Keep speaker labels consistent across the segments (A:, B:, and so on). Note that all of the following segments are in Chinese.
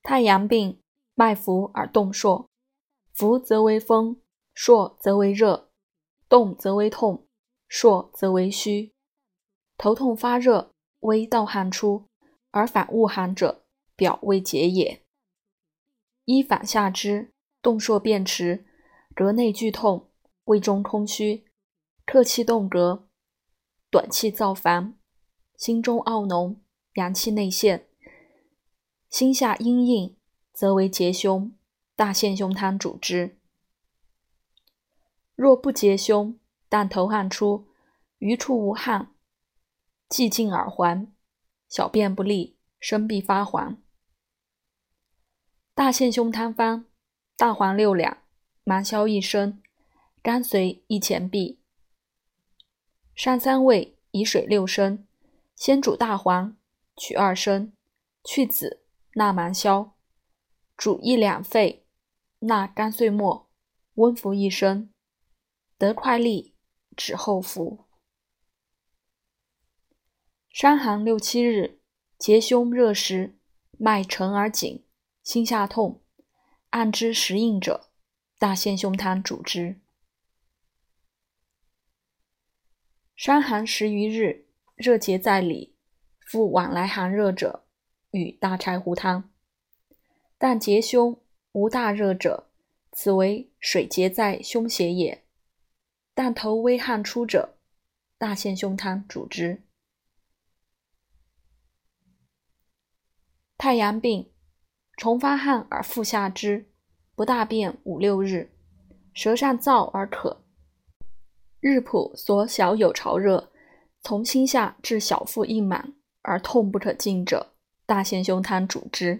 A: 太阳病，脉浮而动硕，浮则为风，硕则为热，动则为痛，硕则为虚。头痛发热，微盗汗出，而反恶寒者，表为结也。一反下之，动硕变迟，膈内剧痛，胃中空虚，客气动膈，短气燥烦，心中懊浓，阳气内陷，心下阴硬，则为结胸，大陷胸汤主之。若不结胸，但头汗出，余处无汗，既尽耳环，小便不利，身必发黄。大陷胸汤方：大黄6两，芒硝1升，甘遂1钱币。上3味，以水6升，先煮大黄，取2升，去籽，纳芒硝，煮1-2沸，纳干碎末，温服1升，得快利，止后服。伤寒6、7日，结胸热时，脉沉而紧，心下痛，按之实硬者，大陷胸汤主之。伤寒10余日，热结在里，复往来寒热者，与大柴胡汤。但结胸无大热者，此为水结在胸胁也。但头微汗出者，大陷胸汤主之。太阳病，重发汗而复下之，不大便5、6日，舌上燥而渴，日晡所小有潮热，从心下至小腹硬满而痛不可进者，大陷胸汤主之。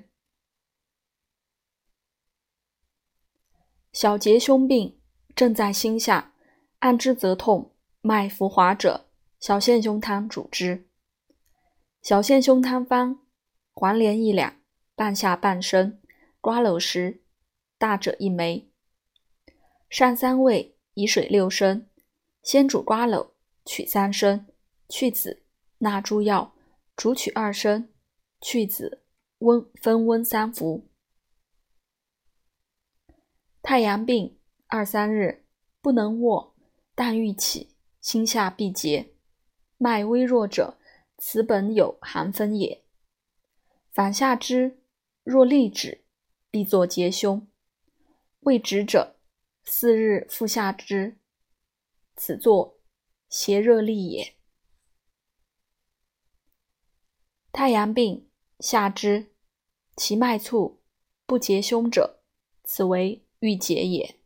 A: 小结胸病，正在心下，按之则痛，脉浮滑者，小陷胸汤主之。小陷胸汤方：黄连1两，半夏半升，瓜蒌实，大者1枚。上3味，以水6升，先煮瓜蒌，取3升，去籽，纳诸药，煮取2升，去籽，分温3服。太阳病2、3日，不能卧，但欲起，心下必结，脉微弱者，此本有寒风也。反下之，若立止，必作结胸。未止者，4日复下之，此作邪热厉也。太阳病，下之，其脉促，不结胸者，此为郁结也。